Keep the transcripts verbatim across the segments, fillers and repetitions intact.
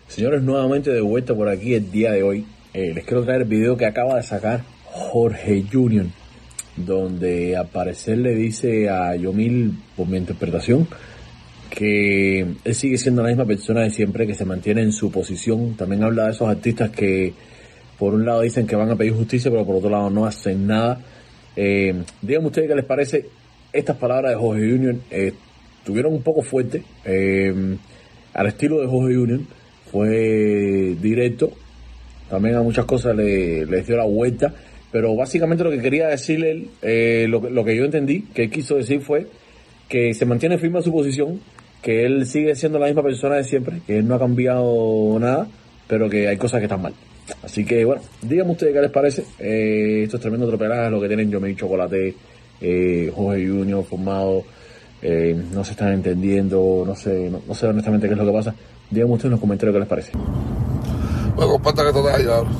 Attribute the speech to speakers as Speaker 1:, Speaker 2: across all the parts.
Speaker 1: Señores, nuevamente de vuelta por aquí el día de hoy. Eh, les quiero traer el video que acaba de sacar Jorge Junior, donde al parecer le dice a Yomil, por mi interpretación, que él sigue siendo la misma persona de siempre, que se mantiene en su posición. También habla de esos artistas que por un lado dicen que van a pedir justicia, pero por otro lado no hacen nada. Eh, díganme ustedes qué les parece estas palabras de Jorge Junior. Eh, estuvieron un poco fuertes, eh, al estilo de Jorge Junior. Fue directo, también a muchas cosas le, le dio la vuelta, pero básicamente lo que quería decirle él, eh, lo, lo que yo entendí que él quiso decir fue que se mantiene firme en su posición, que él sigue siendo la misma persona de siempre, que él no ha cambiado nada, pero que hay cosas que están mal. Así que bueno, díganme ustedes qué les parece. Eh, estos tremendos tropelajes, lo que tienen Yomil Chocolate, eh, Jorge Junior formado, eh, no se están entendiendo, no sé, no, no sé honestamente qué es lo que pasa. Díganme ustedes en los comentarios qué les parece.
Speaker 2: Bueno, comparta que todo ahí ahora.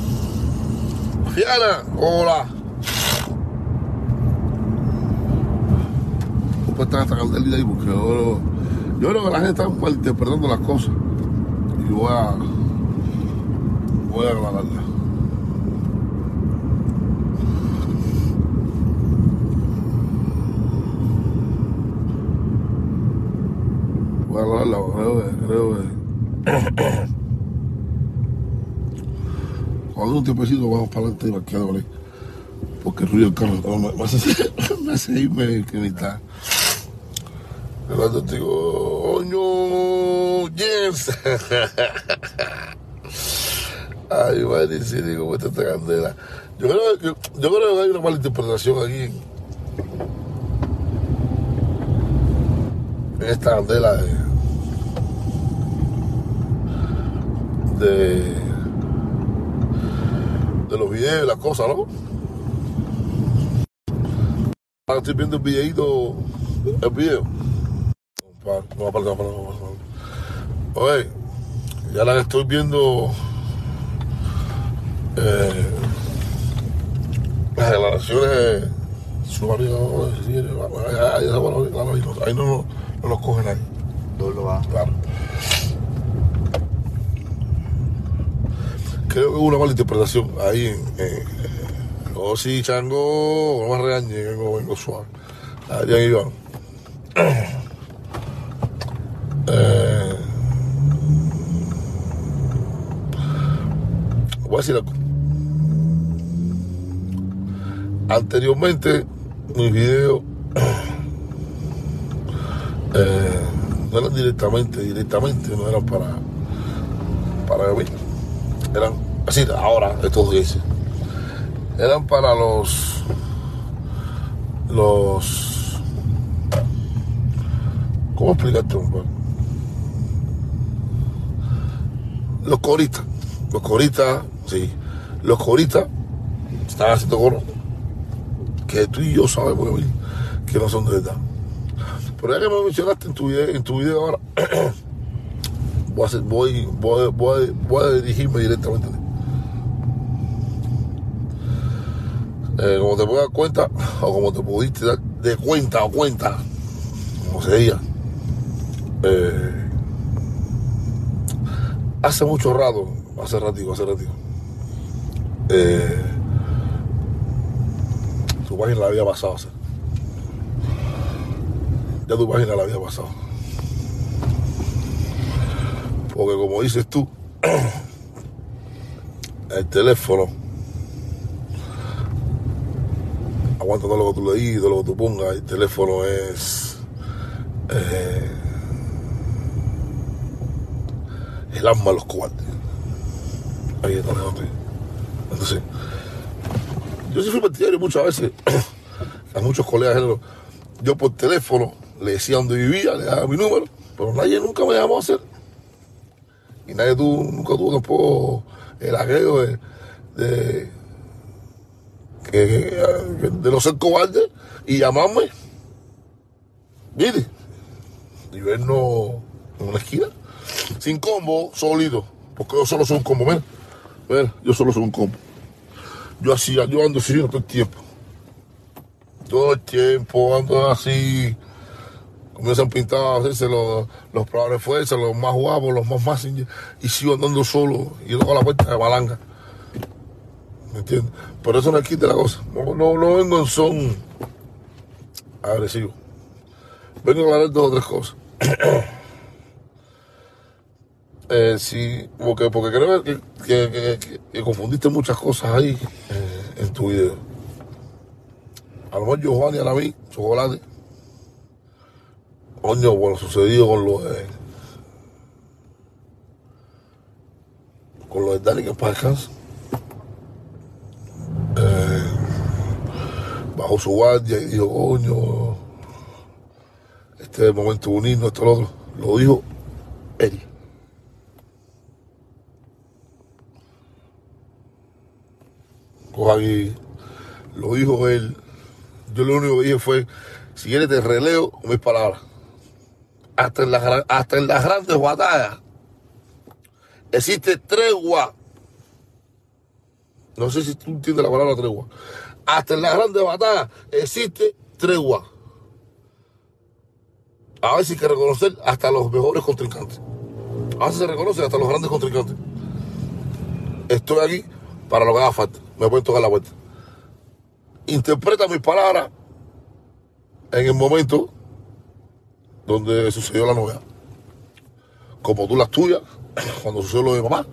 Speaker 2: Fiana, hola. Compartan esta cartelita ahí porque yo, yo creo que la gente está malinterpretando las cosas. Y voy a, voy a aclararla. Voy a aclararla, creo que, creo que cuando un tiempecito vamos para adelante y marqueado por ahí. Porque el ruido del carro me, me hace, me hace irme que ni está. Pero te digo, ¡oño! ¡Yes! Ay, madre, sí, digo, ¿cómo está esta candela? Yo creo, yo, yo creo que hay una mala interpretación aquí en esta candela de, de, de los videos y las cosas, ¿no? Ahora estoy viendo el videito, el video. No va a parar, no va a parar, no va a parar. Oye, ya la que estoy viendo, eh, las declaraciones de su marido, ahí no, no, no los coge nadie.
Speaker 3: No lo va.
Speaker 2: Claro. Creo que hubo una mala interpretación ahí en, en oh sí, chango, no me regañe, vengo, vengo suave. Allá iba. Eh, voy a decir algo. Anteriormente, mis videos eh, no eran directamente, directamente, no eran para, para mí. Eran, así, ahora, estos días, eran para los, los, ¿cómo explicarte un poco? Los coristas, los coristas, sí, los coristas están haciendo coros que tú y yo sabemos que no son de verdad. Pero ya que me mencionaste en tu video, en tu video ahora, voy a, hacer, voy, voy, voy, voy a dirigirme directamente a ti. Eh, como te puedes dar cuenta, o como te pudiste dar de cuenta o cuenta, como se diga, eh, hace mucho rato, hace ratito, hace ratito, eh, tu página la había pasado, o sea, ya tu página la había pasado. Porque como dices tú, el teléfono aguanta todo lo que tú le digas, todo lo que tú pongas. El teléfono es eh, el alma de los cobardes. Ahí está, ¿no? Entonces, yo sí fui partidario muchas veces a muchos colegas, yo por teléfono le decía dónde vivía, le daba mi número, pero nadie nunca me llamó a hacer. Y nadie tuvo, nunca tuvo tampoco el agrego de, de, de, de no ser cobarde y llamarme, ¿viste? Y vernos en una esquina, sin combo, solito, porque yo solo soy un combo, mira, mira, yo solo soy un combo. Yo así, yo ando así todo el tiempo. Todo el tiempo ando así, comienzan pintados a hacerse los, los probadores de fuerza, los más guapos, los más máximos, y sigo andando solo, y luego a la puerta de balanga. ¿Me entiendes? Pero eso no es quite la cosa. No, no, no vengo en son agresivo. Vengo a aclarar dos o tres cosas. eh, sí, porque, porque creo que, que, que, que, que confundiste muchas cosas ahí eh, en tu video. A lo mejor Giovanni a la mí, chocolate. Coño, bueno, sucedido con lo de. Con lo de Dani, que es para descansar. Eh, bajo su guardia y dijo, coño, este es el momento de unirnos, esto lo otro. Lo dijo él. Coja aquí, lo dijo él. Yo lo único que dije fue, si quieres te releo mis palabras. Hasta en, la, hasta en las grandes batallas existe tregua. No sé si tú entiendes la palabra tregua. Hasta en las grandes batallas existe tregua. A veces hay que reconocer hasta los mejores contrincantes. A veces se reconoce hasta los grandes contrincantes. Estoy aquí para lo que haga falta. Me pueden tocar la puerta. Interpreta mis palabras en el momento donde sucedió la novedad. Como tú las tuyas, cuando sucedió lo de mamá.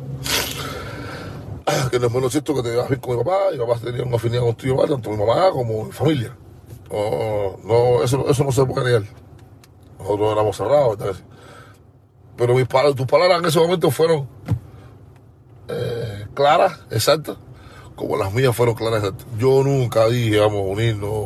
Speaker 2: Que no es menos cierto que te ibas a ir con mi papá, y mi papá tenía una afinidad contigo, tanto mi mamá como mi familia. No, no, eso, eso no se puede negar. Nosotros éramos cerrados, ¿verdad? Pero mis palabras, tus palabras en ese momento fueron eh, claras, exactas, como las mías fueron claras, exactas. Yo nunca dije vamos a unirnos,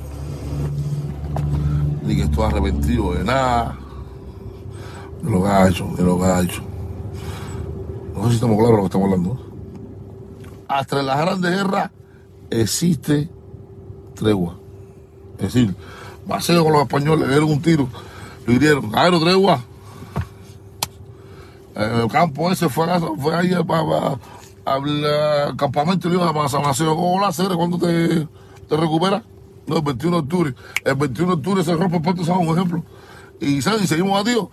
Speaker 2: ni que estoy arrepentido de nada, de lo que ha hecho, de lo que ha hecho. No sé si estamos claros de lo que estamos hablando, ¿no? Hasta en las grandes guerras existe tregua. Es decir, Maceo con los españoles le dieron un tiro, lo hirieron, caer tregua. El campo ese fue, fue ahí para, para, al campamento y le iba a San Maceo. ¿Cómo la hacer? ¿Cuándo te, te recuperas? No, el veintiuno de octubre. El veintiuno de octubre se rompe el puerto, ¿sabes? Un ejemplo. Y ¿sabes? Y seguimos batidos.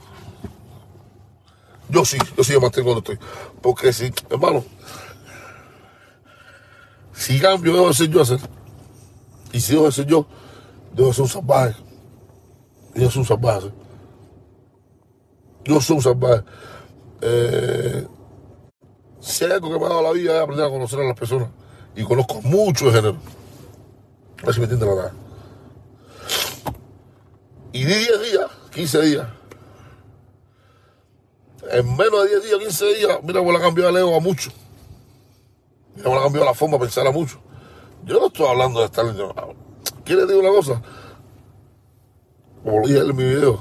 Speaker 2: Yo sí, yo sí me mantengo donde estoy. Porque si, hermano, si cambio, dejo de ser yo a hacer. Y si dejo de ser yo, dejo de ser un salvaje. Yo soy un salvaje. Yo soy un salvaje. Eh, si hay algo que me ha dado la vida es aprender a conocer a las personas. Y conozco mucho de género. A ver si me entiende la verdad. Y di diez días, quince días. En menos de diez días, quince días, mira cómo le ha cambiado el ego a mucho. Mira cómo le ha cambiado la forma de pensar a mucho. Yo no estoy hablando de estar... ¿Quieres decir una cosa? Como lo dije en mi video.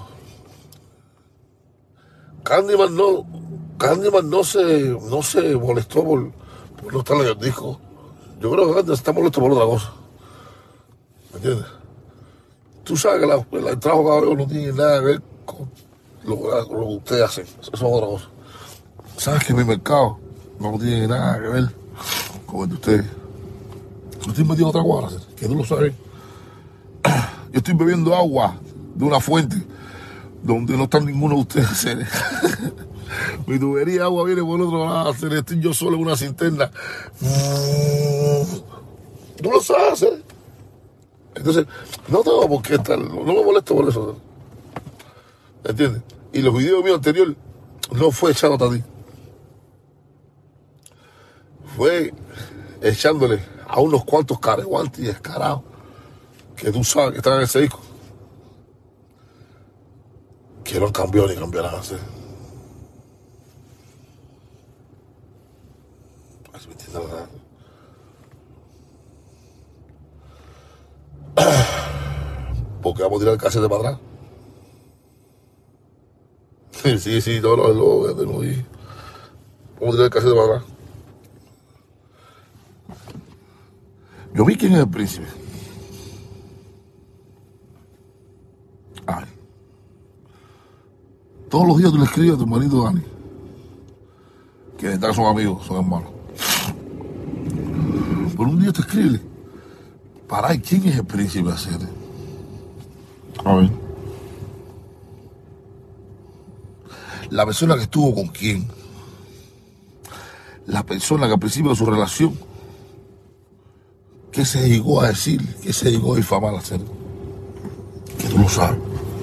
Speaker 2: Candyman no... Candyman no se, no se molestó por, por no estar en el disco. Yo creo que Candyman está molesto por otra cosa. ¿Me entiendes? Tú sabes que la, el trabajo que hago no tiene nada que ver con lo, lo que ustedes hacen. Eso es otra cosa. Sabes que mi mercado no tiene nada que ver con el de ustedes. Yo estoy metiendo otra cuadra, que tú lo sabes. Yo estoy bebiendo agua de una fuente donde no están ninguno de ustedes. Mi tubería de agua viene por el otro lado, estoy yo solo en una cisterna. Tú lo sabes hacer. Entonces, no tengo por qué estar, no me molesto por eso. ¿Entiendes? Y los videos míos anteriores no fue echándote a ti. Fue echándole a unos cuantos careguantes y descarados que tú sabes que están en ese disco. Que no han cambiado ni cambiarán a hacer. Así me entiendes la verdad. Porque vamos a tirar el casete para atrás. Sí, sí, sí, todo lo, lo, lo, lo vamos a tirar el casete para atrás. Yo vi quién es el príncipe. Ay. Todos los días tú le escribes a tu marido Dani, que están son amigos, son hermanos. Por un día te escribe, para, ¿quién es el príncipe? Hacer? A ver. La persona que estuvo con quién. La persona que al principio de su relación, ¿qué se llegó a decir? ¿Qué se llegó a difamar a hacer? Que tú lo sabes.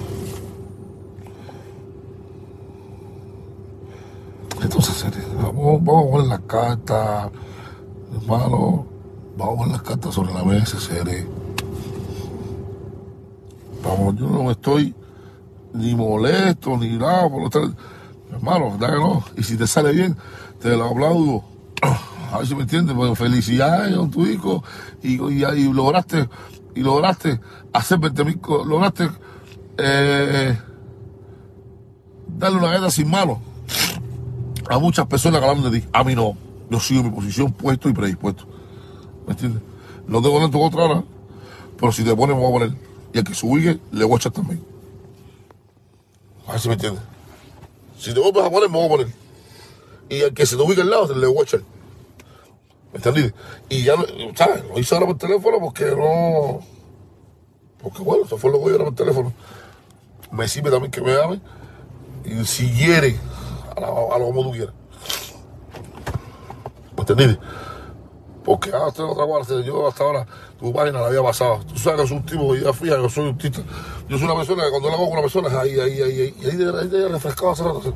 Speaker 2: Entonces, vamos, vamos a poner las cartas, hermano, vamos a poner las cartas sobre la mesa, serie. Vamos, yo no estoy ni molesto, ni nada, por lo tanto, hermano, ¿verdad que no? Y si te sale bien, te lo aplaudo. A ver si me entiendes, pues felicidades con tu hijo, y, y, y lograste, y lograste hacer veinte mil, lograste eh, darle una guerra sin mano a muchas personas que hablan de ti. A mí no, yo sigo en mi posición, puesto y predispuesto. ¿Me entiendes? No tengo nada en tu contra ahora, pero si te pones me voy a poner. Y al que se ubique, le voy a echar también. A ver si me entiendes. Si te vuelves a poner, me voy a poner. Y al que se te ubique al lado, le voy a echar. ¿Me entendiste? Y ya, ¿sabes? Lo hice ahora por teléfono porque no... Porque bueno, eso fue lo que yo era por teléfono. Me sirve también que me llame. Y si quiere, a, la, a lo como tú quieras. ¿Me entendiste? Porque ah, estoy en otra cosa. Yo hasta ahora, tu página la había pasado. Tú sabes que soy un tipo que ya fija, yo soy un artista. Yo soy una persona que cuando la hago con una persona, ahí, ahí, ahí, ahí, y ahí te había refrescado hace rato.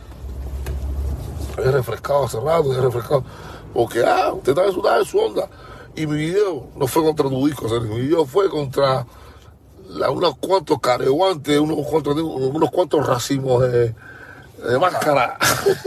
Speaker 2: Había refrescado hace rato, había refrescado. Porque, ah, usted está en su, está en su onda. Y mi video no fue contra tu disco, ¿sabes? Mi video fue contra la, unos cuantos careguantes, unos cuantos, unos cuantos racimos de, de máscara.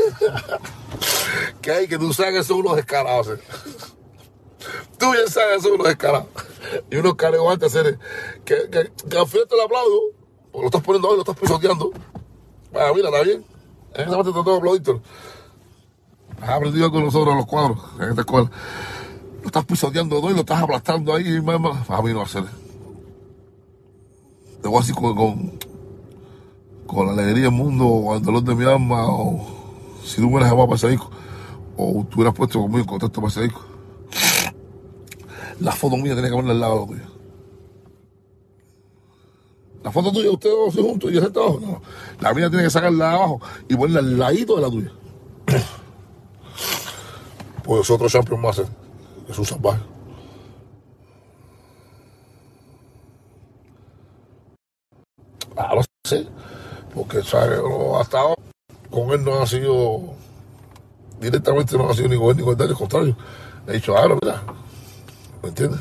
Speaker 2: Que hay que tú sabes que son unos descarados, ¿sabes? Tú bien sabes que son unos descarados. Y unos careguantes, ¿sabes? Que, que, que al final te lo aplaudo, porque lo estás poniendo hoy, lo estás pisoteando. Ah, mira, está bien. En esa parte te tengo que aplaudirte. Has aprendido con nosotros los cuadros en esta escuela. Lo estás pisoteando todo y lo estás aplastando ahí, mamá. A mí no hacer. Te voy a decir con, con, con la alegría del mundo, o el dolor de mi alma, o si tú me hubieras llamado para ese disco, o tú hubieras puesto conmigo en contacto para ese disco. La foto mía tiene que ponerla al lado de la tuya. La foto tuya, ustedes dos juntos y yo senté abajo. No. La mía tiene que sacarla de abajo y ponerla al ladito de la tuya. Pues es otro Champion Master, es un salvaje. Ah, lo sé, porque ¿sabes? Hasta ahora con él no ha sido, directamente no ha sido ni con él ni con él, al contrario. Le he dicho, ahora, mira, ¿me entiendes?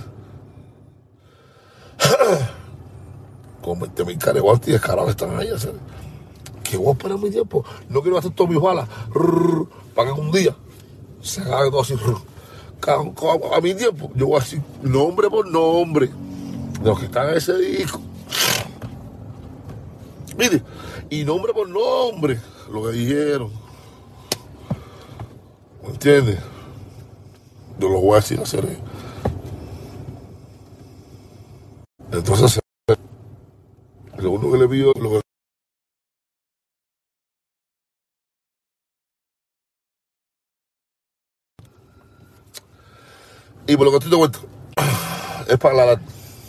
Speaker 2: Con veinte mil careguantes y descarados están ahí, ¿sabes? Que voy a esperar mi tiempo. No quiero hacer todas mis balas para que un día se haga todo así. A mi tiempo, yo voy a decir nombre por nombre de los que están en ese disco. Mire, y nombre por nombre, lo que dijeron. ¿Me entiendes? Yo lo voy a decir hacer. Entonces, lo único que le pido, lo que y por lo que estoy de cuenta, es para aclarar.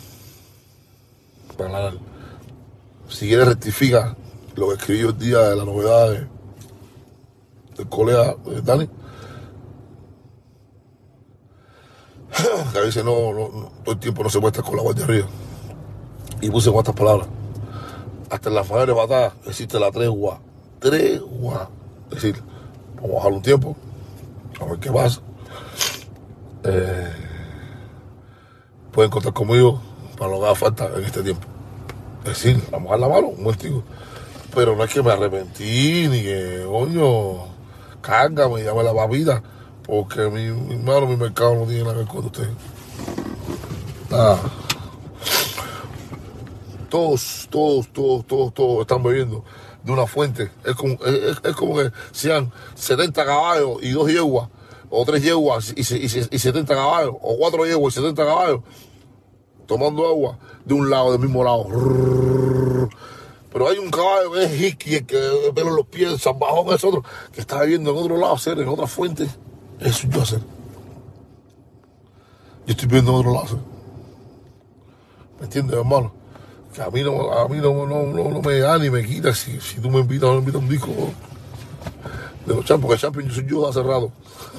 Speaker 2: Para aclarar. Si quieres rectifica lo que escribí el día de la novedad de, del colega de Dani. Que a veces no, no, no, todo el tiempo no se puede estar con la guardia arriba. Y puse cuantas palabras. Hasta en las mayores batallas existe la tregua. Tregua. Es decir, vamos a bajar un tiempo, a ver qué pasa. Eh, pueden contar conmigo para lo que haga falta en este tiempo. Es decir, vamos a dar la mano, un motivo. Pero no es que me arrepentí, ni que, coño, cárgame, llame la papita, porque mi, mi hermano, mi mercado no tiene nada que ver con ustedes. Nada. Todos, todos, todos, todos, todos están bebiendo de una fuente. Es como, es, es como que sean setenta caballos y dos yeguas, o tres yeguas y, y, y setenta caballos, o cuatro yeguas y setenta caballos, tomando agua de un lado, del mismo lado. Pero hay un caballo que es Hickey, el que pelo en los pies, San Bajón, es otro, que está bebiendo en otro lado, hacer, en otra fuente. Eso yo hacer. Yo estoy viendo en otro lado, hacer. ¿Me entiendes, hermano? Que a mí no, a mí no, no, no, no me da ni me quita si, si tú me invitas o no me invitas a un disco. de los champions, porque el champion soy yo hace rato.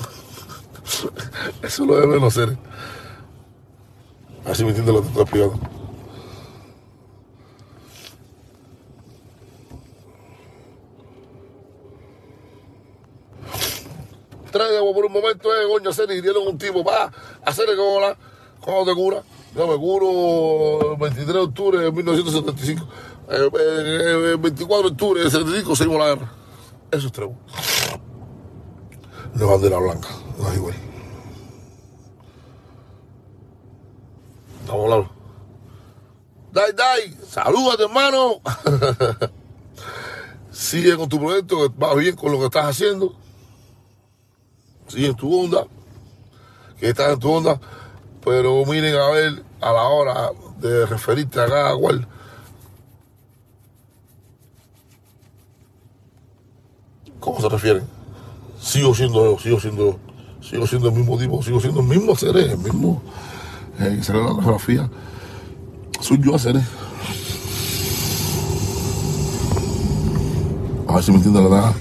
Speaker 2: Eso lo deben hacer. Así me entiende lo que estoy explicando. Traigo por un momento, eh, coño, hacer y dieron un tipo para hacer como la, ¿cómo te cura? Yo me curo el veintitrés de octubre de mil novecientos setenta y cinco. El, el, el veinticuatro de octubre de setenta y cinco seguimos la guerra. Eso es trebo. No es bandera blanca, no es igual. Estamos claros. Dai, Dai, salúdate, hermano. Sigue con tu proyecto, que vas bien con lo que estás haciendo. Sigue en tu onda, que estás en tu onda, pero miren a ver a la hora de referirte a cada cual. ¿Cómo se refieren? Sigo siendo yo, sigo siendo yo, sigo siendo el mismo tipo, sigo siendo el mismo Seré, el mismo eh, que será la fotografía. Soy yo a Seré. A ver si me entiende la nada.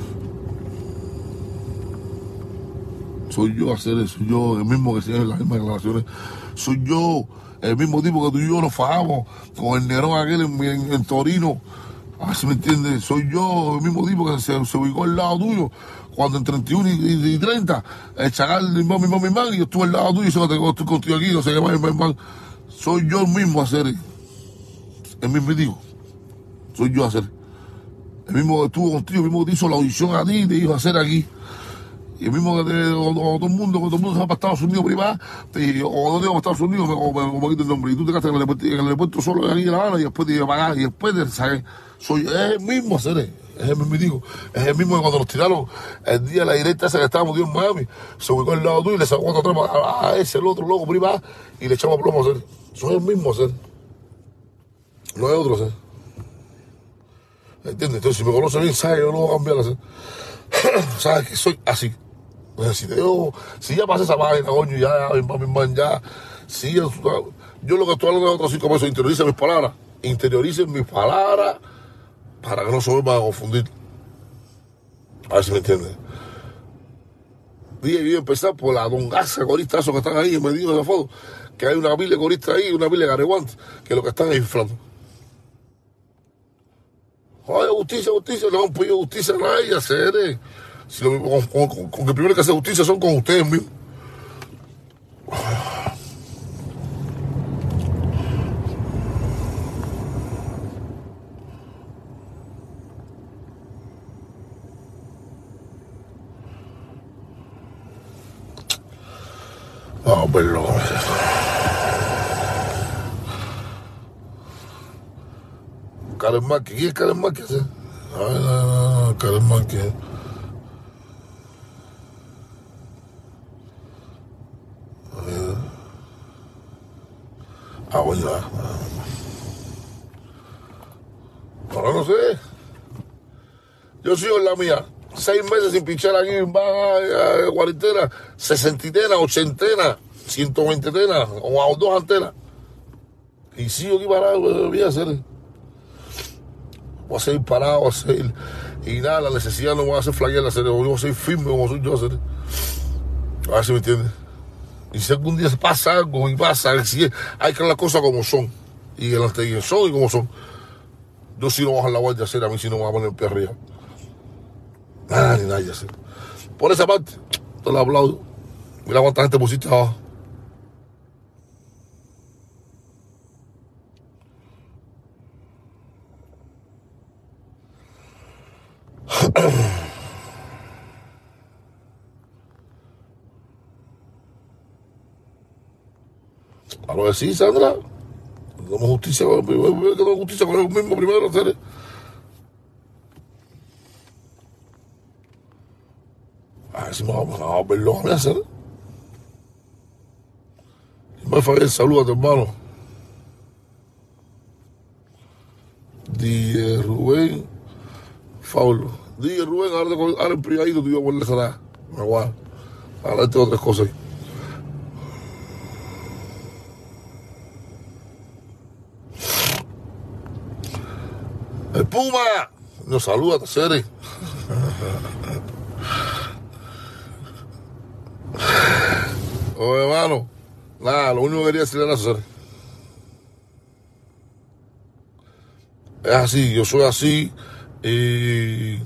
Speaker 2: Soy yo a Seré, soy yo el mismo que tiene las mismas declaraciones. Soy yo el mismo tipo que tú y yo nos fajamos con el Nerón aquel en, en, en Torino. A ver si me entiendes. Soy yo el mismo tipo que se, se ubicó al lado tuyo cuando en treinta y uno y, y treinta el chacal mi mamá, mi mamá, mi mamá, y yo estuve al lado tuyo y yo estoy contigo aquí, no sé qué más, mi mamá. Soy yo el mismo a Seré. El mismo tipo. Soy yo a Seré. El mismo que estuvo contigo, el mismo que te hizo la audición a ti y te dijo hacer aquí. Y el mismo que te, o, o, todo el mundo, que todo el mundo se va para Estados Unidos privado, te, o no te va para Estados Unidos, o me, me, me quito el nombre. Y tú te quedaste en el aeropuerto, en el aeropuerto solo aquí en La Habana y después te iba a pagar. Y después te, ¿sabes? Soy, es el mismo a Seré. Es el mismo digo. Es el mismo que cuando nos tiraron el día de la directa esa que estábamos en Miami, se ubicó al lado tuyo y le sacó cuatro trepas a, a ese, el otro loco privado y le echamos plomo a Seré. Soy el mismo a Seré. No hay otro Seré. ¿Entiendes? Entonces, si me conoce bien, sabes que yo no voy a cambiar así. Sabes que soy así. Entonces, si, te digo, si ya pasé esa página, coño, ya, mi man, ya. Si yo, yo lo que estoy hablando de otros cinco pesos, interioricen mis palabras. Interioricen mis palabras para que no se vuelvan a confundir. A ver si me entiendes. Dije, voy a empezar por la dongaza corista, esos que están ahí, me dijo esa foto, que hay una pila de coristas ahí, una pila de gareguantes, que lo que están es inflando. Oye, justicia, justicia, le van a pedir justicia a nadie, a Seré. Si lo, con, con, con, con que primero que hacer justicia son con ustedes mismos. Vamos a verlo. Karen Márquez, ¿quién es Karen Márquez? ¿Eh? Ay, no, no, no, Karen Márquez. Ah, bueno, ahora no sé. Yo sigo en la mía. Seis meses sin pinchar aquí en baja cuarentena, sesentena, ochentena, ciento veinte tenas, o a dos antenas. Y sigo aquí parado, voy a hacer. Voy a seguir parado, voy a seguir. Y nada, la necesidad no voy a hacer flaquear, voy a seguir firme como soy yo a hacer. A ver si me entiendes. Y si algún día pasa algo y pasa, si hay que ver las cosas como son. Y delante de son y como son. Yo sí no voy a bajar la guardia a hacer, a mí sí no me voy a poner el pie arriba. Nada ni nada ya hacer. Por esa parte, te lo aplaudo. Mira cuánta gente pusiste abajo. A lo que sí, Sandra, damos justicia, que damos justicia con el mismo primero, hacer. A ver si me vamos a verlo, a hacer. Me falla el saludo a tu hermano. Dije Rubén, Faulo. Dije Rubén, ahora, te, ahora en privadito te iba a ponerle esa me voy a hablarte de otras cosas ahí. El Puma nos saluda, Seré. Oye, hermano, nada, lo único que quería decirle era hacer. Es así, yo soy así y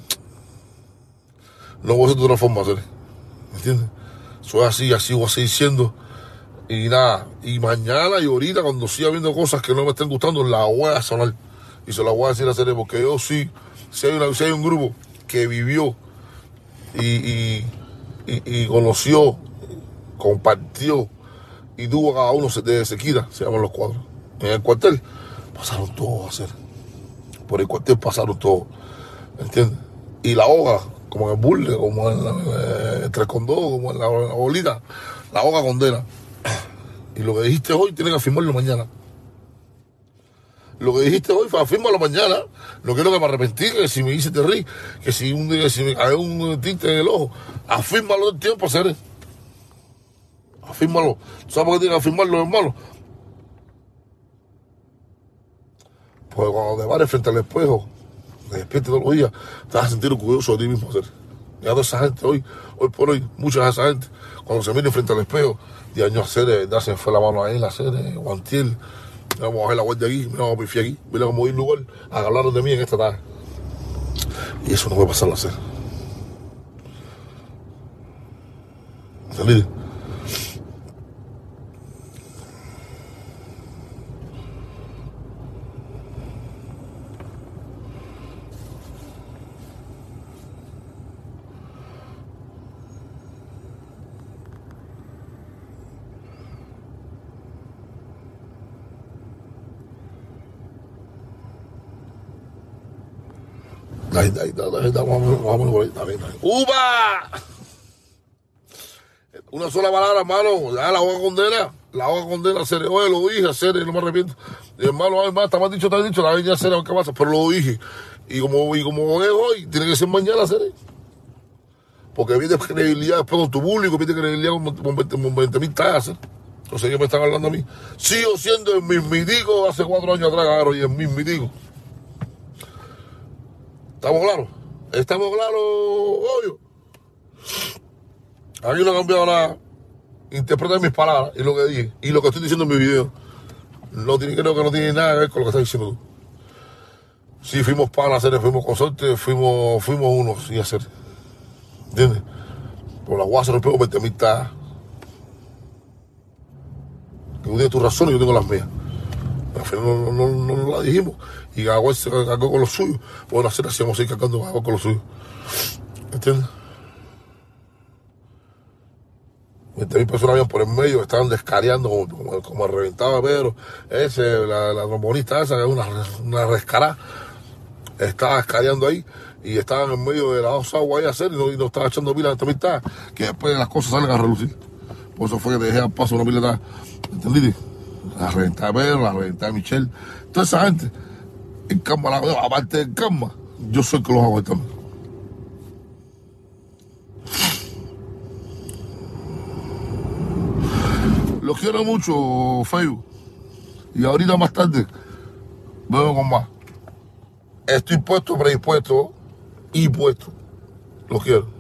Speaker 2: no voy a ser de otra forma, hacer. ¿Me entiendes? Soy así, así voy a seguir siendo. Y nada, y mañana y ahorita cuando siga viendo cosas que no me estén gustando, la voy a sonar. Y se la voy a decir a hacer porque yo sí, si hay, una, si hay un grupo que vivió y, y, y, y conoció, compartió y tuvo cada uno de Sequira, se llaman Los Cuadros. En el cuartel pasaron todos a hacer. Por el cuartel pasaron todos. ¿Entiendes? Y la hoga, como en el burle, como en el tres con dos, como en la, la bolita, la hoga condena. Y lo que dijiste hoy tienes que afirmarlo mañana. Lo que dijiste hoy, afírmalo mañana. No quiero que me arrepentí, que si me hice te rí, que si, un, que si me cae un tinte en el ojo, afírmalo del tiempo, hacer. Afírmalo. ¿Sabes por qué tienes que afirmarlo, hermano? Porque cuando te pares frente al espejo, te despiertes todos los días, te vas a sentir orgulloso de ti mismo, hacer. Y a toda esa gente hoy, hoy por hoy, mucha de esa gente, cuando se miren frente al espejo, de años a hacer, darse fue la mano a él, a hacer, guantiel. Mira cómo bajé la guardia aquí, mira cómo pifié aquí, mira cómo ir lugar a hablar de mí en esta tarde. Y eso no puede pasar a hacer. ¿Entendiste? Ahí, ahí, ahí, ahí, vamos, vamos por ahí, ahí, ahí. ¡Upa! Una sola palabra, hermano. Ya la hoja condena. La hoja condena, hacer. Oye, lo dije, hacer, no me arrepiento. Y hermano, además, está más dicho, está dicho, la venía a hacer, a ver qué pasa, pero lo dije. Y como, y como es hoy, tiene que ser mañana, hacer. Porque viene credibilidad después con tu público, viene credibilidad con veinte mil tallas. Entonces ellos me están hablando a mí. Sigo siendo el mismitico hace cuatro años atrás, cabrón, y el mismitico. ¿Estamos claros? ¿Estamos claros, obvio? Aquí no ha cambiado nada. Interpreta mis palabras y lo que dije. Y lo que estoy diciendo en mi video. No tiene, creo que no tiene nada que ver con lo que estás diciendo tú. Sí, fuimos panas, hacer, fuimos consortes, fuimos, fuimos unos y hacer. ¿Entiendes? Por la guasa rompió veinte mil tallas. Que tú tienes tu razón y yo tengo las mías. Al final no, no, no, no la dijimos. Y Gagüel se cargó con lo suyo. Bueno, hacer hacíamos ir cargando Gagüel con lo suyo. ¿Entiendes? veinte mil personas habían por el medio, estaban descareando como, como, como reventaba Pedro. Ese, la, la trombonista esa, que es una, una rescará, estaba descareando ahí y estaban en medio de la dos aguas ahí a hacer y no, y no estaba echando pilas de mitad, que después las cosas salgan a relucir. Por eso fue que te dejé al paso una pila de ¿entendiste? La reventada de Pedro, la reventada de Michelle, toda esa gente. En Camma, la, aparte del Camma, yo soy el que los hago el Camma. Los quiero mucho, Facebook. Y ahorita más tarde, veo con más. Estoy puesto, predispuesto y puesto. Los quiero.